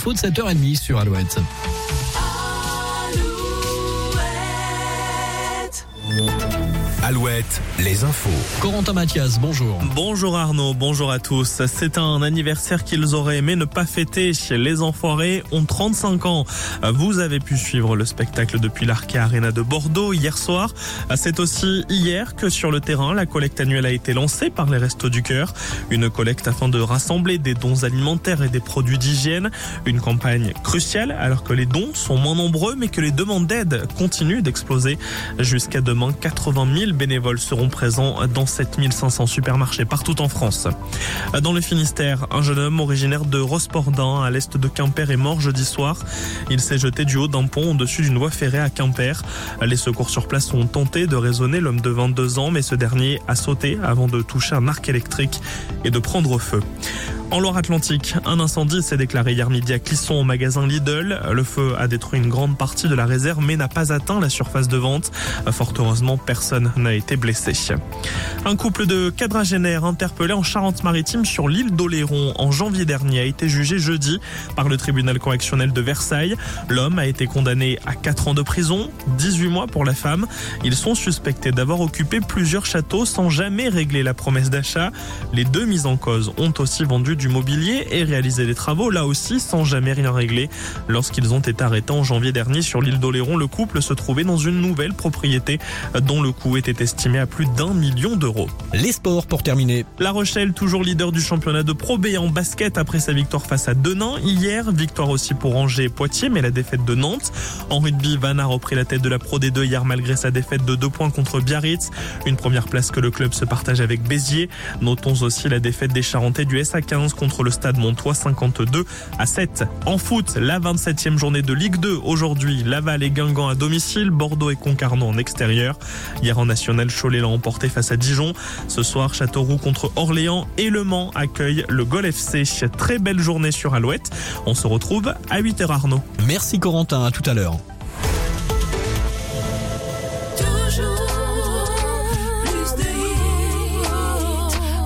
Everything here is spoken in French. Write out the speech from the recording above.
infos de 7h30 sur Alouette. Alouette, les infos. Corentin Mathias, bonjour. Bonjour Arnaud, bonjour à tous. C'est un anniversaire qu'ils auraient aimé ne pas fêter. Les Enfoirés ont 35 ans. Vous avez pu suivre le spectacle depuis l'Arkea Arena de Bordeaux hier soir. C'est aussi hier que sur le terrain, la collecte annuelle a été lancée par les Restos du Cœur. Une collecte afin de rassembler des dons alimentaires et des produits d'hygiène. Une campagne cruciale alors que les dons sont moins nombreux mais que les demandes d'aide continuent d'exploser. Jusqu'à demain, 80 000 bénévoles seront présents dans 7500 supermarchés partout en France. Dans le Finistère, un jeune homme originaire de Rospordin à l'est de Quimper est mort jeudi soir. Il s'est jeté du haut d'un pont au-dessus d'une voie ferrée à Quimper. Les secours sur place ont tenté de raisonner l'homme de 22 ans, mais ce dernier a sauté avant de toucher un arc électrique et de prendre feu. En Loire-Atlantique, un incendie s'est déclaré hier midi à Clisson au magasin Lidl. Le feu a détruit une grande partie de la réserve mais n'a pas atteint la surface de vente. Fort heureusement, personne n'a été blessé. Un couple de quadragénaires interpellé en Charente-Maritime sur l'île d'Oléron en janvier dernier a été jugé jeudi par le tribunal correctionnel de Versailles. L'homme a été condamné à 4 ans de prison, 18 mois pour la femme. Ils sont suspectés d'avoir occupé plusieurs châteaux sans jamais régler la promesse d'achat. Les deux mis en cause ont aussi vendu du mobilier et réalisé des travaux, là aussi sans jamais rien régler. Lorsqu'ils ont été arrêtés en janvier dernier sur l'île d'Oléron, le couple se trouvait dans une nouvelle propriété dont le coût était estimé à plus d'1 million d'euros. Les sports pour terminer. La Rochelle, toujours leader du championnat de Pro B en basket après sa victoire face à Denain. Hier, victoire aussi pour Angers et Poitiers, mais la défaite de Nantes. En rugby, Vannes a repris la tête de la Pro D2 hier malgré sa défaite de 2 points contre Biarritz. Une première place que le club se partage avec Béziers. Notons aussi la défaite des Charentais du SA15 contre le Stade Montois 52-7. En foot, la 27e journée de Ligue 2. Aujourd'hui, Laval et Guingamp à domicile, Bordeaux et Concarneau en extérieur. Hier en national, Cholet l'a emporté face à Dijon. Ce soir, Châteauroux contre Orléans et Le Mans accueille le Gol FC. Très belle journée sur Alouette. On se retrouve à 8h Arnaud. Merci Corentin, à tout à l'heure.